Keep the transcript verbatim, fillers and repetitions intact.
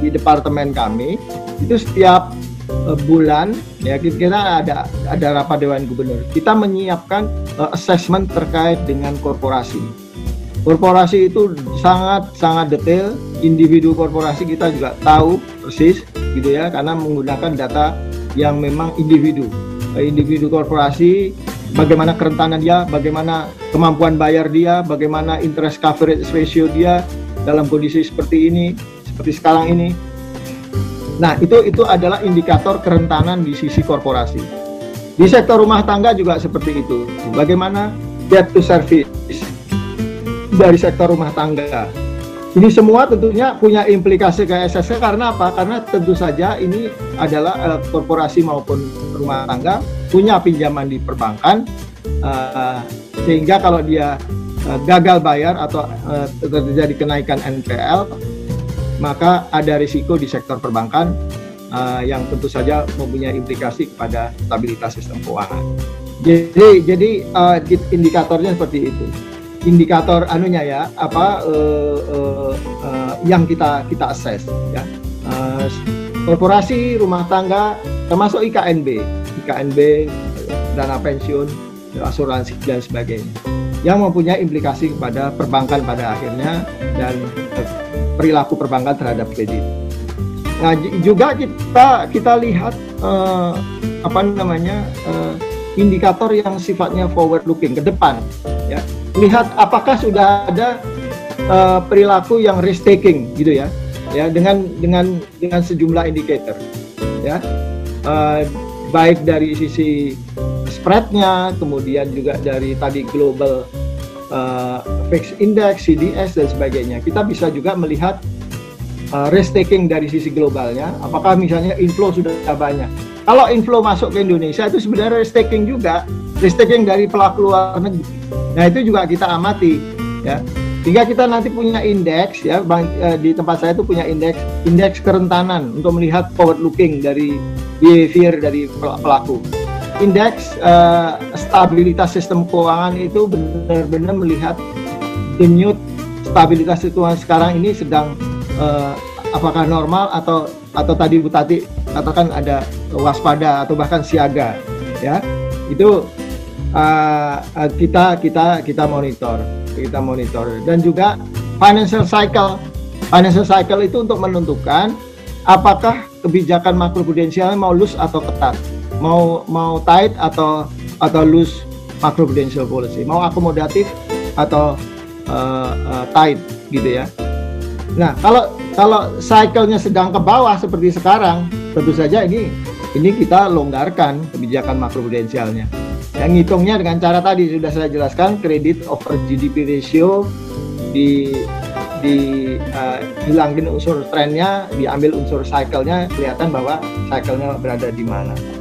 di departemen kami itu setiap uh, bulan ya kita ada ada rapat Dewan Gubernur. Kita menyiapkan uh, assessment terkait dengan korporasi. Korporasi itu sangat sangat detail. Individu korporasi kita juga tahu persis gitu ya, karena menggunakan data yang memang individu. Uh, individu korporasi, bagaimana kerentanan dia, bagaimana kemampuan bayar dia, bagaimana interest coverage ratio dia dalam kondisi seperti ini, seperti sekarang ini. Nah, itu itu adalah indikator kerentanan di sisi korporasi. Di sektor rumah tangga juga seperti itu. Bagaimana debt to service dari sektor rumah tangga. Ini semua tentunya punya implikasi ke S S K karena apa? Karena tentu saja ini adalah uh, korporasi maupun rumah tangga punya pinjaman di perbankan, uh, sehingga kalau dia uh, gagal bayar atau uh, terjadi kenaikan N P L, maka ada risiko di sektor perbankan uh, yang tentu saja mempunyai implikasi kepada stabilitas sistem keuangan. Jadi, jadi uh, indikatornya seperti itu. Indikator anunya ya, apa uh, uh, uh, yang kita kita assess ya. Uh, korporasi, rumah tangga, termasuk I K N B, I K N B, dana pensiun, asuransi dan sebagainya, yang mempunyai implikasi kepada perbankan pada akhirnya dan uh, perilaku perbankan terhadap kredit. Nah, juga kita kita lihat uh, apa namanya uh, indikator yang sifatnya forward looking, ke depan ya. Lihat apakah sudah ada uh, perilaku yang risk taking gitu ya, ya dengan dengan dengan sejumlah indikator ya, uh, baik dari sisi spreadnya, kemudian juga dari tadi global uh, fixed index, C D S dan sebagainya. Kita bisa juga melihat uh, risk taking dari sisi globalnya, apakah misalnya inflow sudah banyak. Kalau inflow masuk ke Indonesia itu sebenarnya risk taking juga, risk taking dari pelaku luar negeri. Nah, itu juga kita amati ya. Sehingga kita nanti punya indeks ya, bang, eh, di tempat saya itu punya indeks indeks kerentanan untuk melihat forward looking dari behavior dari pelaku. Indeks eh, stabilitas sistem keuangan itu benar-benar melihat denyut stabilitas keuangan sekarang ini sedang eh, apakah normal atau atau tadi Bu Tati katakan ada waspada atau bahkan siaga ya. Itu Uh, uh, kita kita kita monitor, kita monitor dan juga financial cycle. Financial cycle itu untuk menentukan apakah kebijakan makroprudensialnya mau loose atau ketat, mau mau tight atau atau loose macroprudential policy, mau akomodatif atau uh, uh, tight gitu ya. Nah, kalau kalau cycle-nya sedang ke bawah seperti sekarang, tentu saja ini ini kita longgarkan kebijakan makroprudensialnya. Yang ngitungnya dengan cara tadi sudah saya jelaskan, kredit over G D P ratio di di uh, hilangin unsur trennya, diambil unsur cycle-nya, kelihatan bahwa cycle-nya berada di mana.